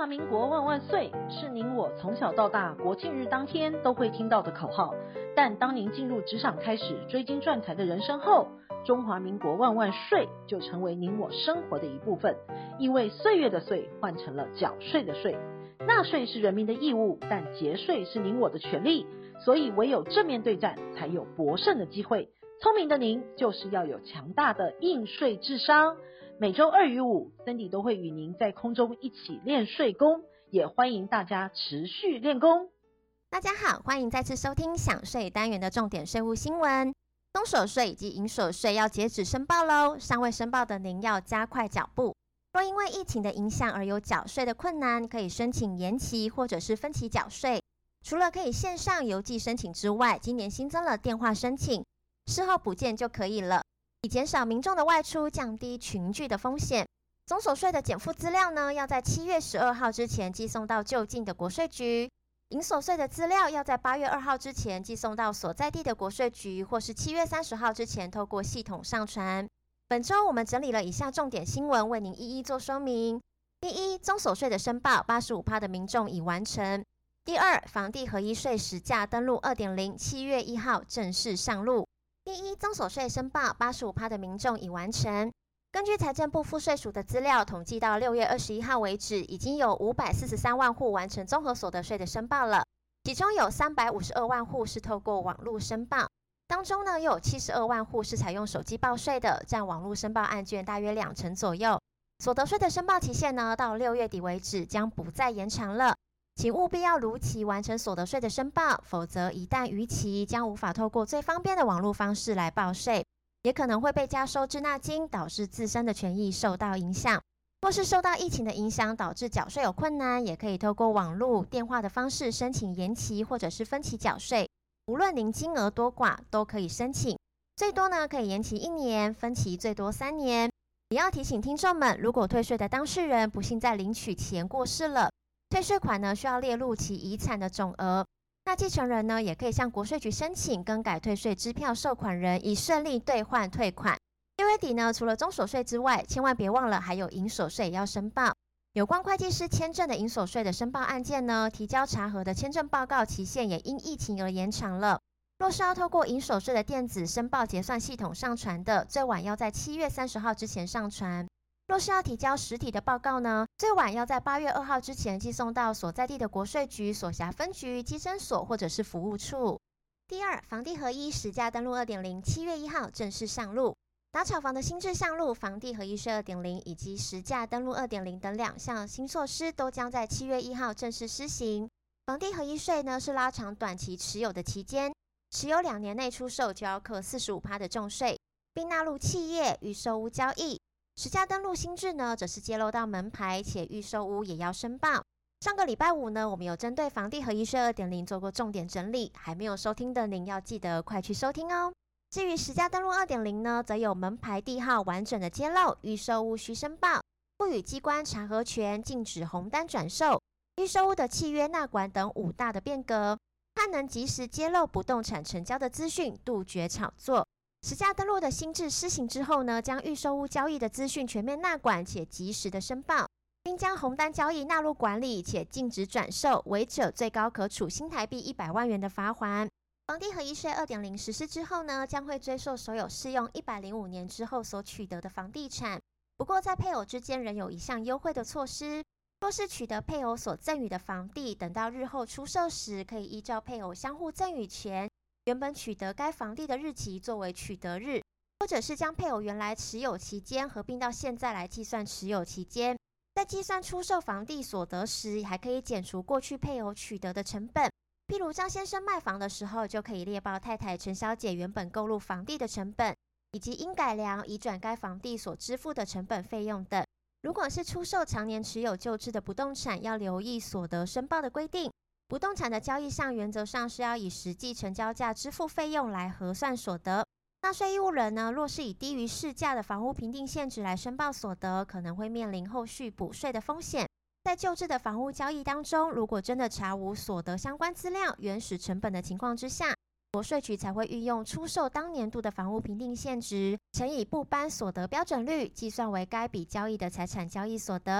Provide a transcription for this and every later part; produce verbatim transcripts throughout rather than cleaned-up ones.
民国万万岁是您我从小到大国庆日当天都会听到的口号，但当您进入职场开始追金赚财的人生后，中华民国万万税就成为您我生活的一部分，因为岁月的岁换成了缴税的税。纳税是人民的义务，但节税是您我的权利，所以唯有正面对战才有博胜的机会。聪明的您就是要有强大的应税智商。每周二与五 Cindy 都会与您在空中一起练税功，也欢迎大家持续练功。 大家好，欢迎再次收听享税单元的重点税务新闻。综所税以及营所税要截止申报咯，尚未申报的您要加快脚步。若因为疫情的影响而有缴税的困难，可以申请延期或者是分期缴税。除了可以线上邮寄申请之外，今年新增了电话申请，事后补件就可以了，以减少民众的外出，降低群聚的风险。综所税的减负资料呢，要在七月十二号之前寄送到就近的国税局。营所税的资料要在八月二号之前寄送到所在地的国税局，或是七月三十号之前透过系统上传。本周我们整理了以下重点新闻，为您一一做说明。第一，综所税的申报 百分之八十五 的民众已完成。第二，房地合一税实价登录 二点零 七月一号正式上路。第一，综所税申报 百分之八十五 的民众已完成。根据财政部赋税署的资料统计，到六月二十一号为止，已经有五百四十三万户完成综合所得税的申报了，其中有三百五十二万户是透过网络申报，当中呢又有七十二万户是采用手机报税的，占网络申报案卷大约两成左右。所得税的申报期限呢，到六月底为止，将不再延长了，请务必要如期完成所得税的申报，否则一旦逾期，将无法透过最方便的网络方式来报税，也可能会被加收滞纳金，导致自身的权益受到影响。或是受到疫情的影响，导致缴税有困难，也可以透过网络、电话的方式申请延期或者是分期缴税。无论您金额多寡，都可以申请，最多呢可以延期一年，分期最多三年。也要提醒听众们，如果退税的当事人不幸在领取前过世了，退税款呢需要列入其遗产的总额。那继承人呢，也可以向国税局申请更改退税支票受款人，以顺利兑换退款。六月底呢，除了综所税之外，千万别忘了还有营所税也要申报。有关会计师签证的营所税的申报案件呢，提交查核的签证报告期限也因疫情而延长了。若是要透过营所税的电子申报结算系统上传的，最晚要在七月三十号之前上传。若是要提交实体的报告呢，最晚要在八月二号之前寄送到所在地的国税局、所辖分局、稽征所或者是服务处。第二，房地合一实价登录 二点零 七月一号正式上路。打炒房的新制上路，房地合一税 二点零 以及实价登录 二点零 等两项新措施都将在七月一号正式施行。房地合一税呢是拉长短期持有的期间，持有两年内出售就要课 百分之四十五 的重税，并纳入企业预售屋交易。实价登录新制呢，则是揭露到门牌且预售屋也要申报。上个礼拜五呢，我们有针对房地合一税 二点零 做过重点整理，还没有收听的您要记得快去收听哦。至于实价登录 二点零 呢，则有门牌地号完整的揭露，预售屋需申报，赋予机关查核权，禁止红单转售，预售屋的契约纳管等五大的变革，它能及时揭露不动产成交的资讯，杜绝炒作。实价登录的新制施行之后呢，将预售屋交易的资讯全面纳管且及时的申报，并将红单交易纳入管理且禁止转售，违者最高可处新台币一百万元的罚锾。房地合一税 二点零 实施之后呢，将会追溯所有适用一百零五年之后所取得的房地产。不过在配偶之间仍有一项优惠的措施，若是取得配偶所赠与的房地，等到日后出售时，可以依照配偶相互赠与权原本取得该房地的日期作为取得日，或者是将配偶原来持有期间合并到现在来计算持有期间。在计算出售房地所得时，还可以减除过去配偶取得的成本。譬如张先生卖房的时候，就可以列报太太陈小姐原本购入房地的成本，以及因改良移转该房地所支付的成本费用等。如果是出售常年持有旧制的不动产，要留意所得申报的规定。不动产的交易上，原则上是要以实际成交价支付费用来核算所得。纳税义务人呢，若是以低于市价的房屋评定现值来申报所得，可能会面临后续补税的风险。在旧制的房屋交易当中，如果真的查无所得相关资料、原始成本的情况之下，国税局才会运用出售当年度的房屋评定现值乘以部颁所得标准率，计算为该笔交易的财产交易所得。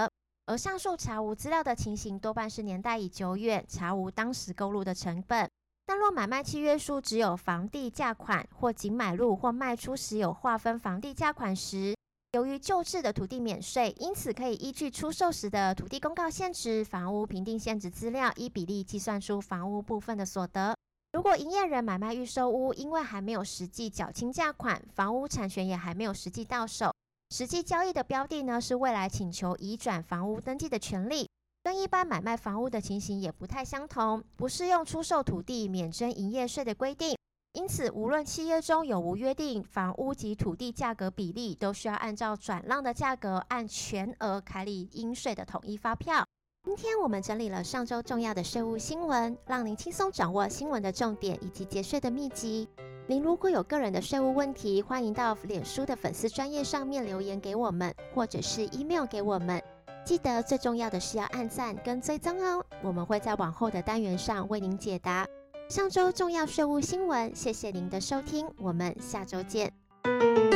而上述查无资料的情形多半是年代已久远，查无当时购入的成本。但若买卖契约书只有房地价款，或仅买入或卖出时有划分房地价款时，由于旧制的土地免税，因此可以依据出售时的土地公告现值、房屋评定现值资料，依比例计算出房屋部分的所得。如果营业人买卖预售屋，因为还没有实际缴清价款，房屋产权也还没有实际到手，实际交易的标的呢是未来请求移转房屋登记的权利，跟一般买卖房屋的情形也不太相同，不适用出售土地免征营业税的规定。因此，无论契约中有无约定房屋及土地价格比例，都需要按照转让的价格按全额开立应税的统一发票。今天我们整理了上周重要的税务新闻，让您轻松掌握新闻的重点以及节税的秘籍。您如果有个人的税务问题，欢迎到脸书的粉丝专页上面留言给我们，或者是 email 给我们。记得最重要的是要按赞跟追踪哦，我们会在往后的单元上为您解答上周重要税务新闻。谢谢您的收听，我们下周见。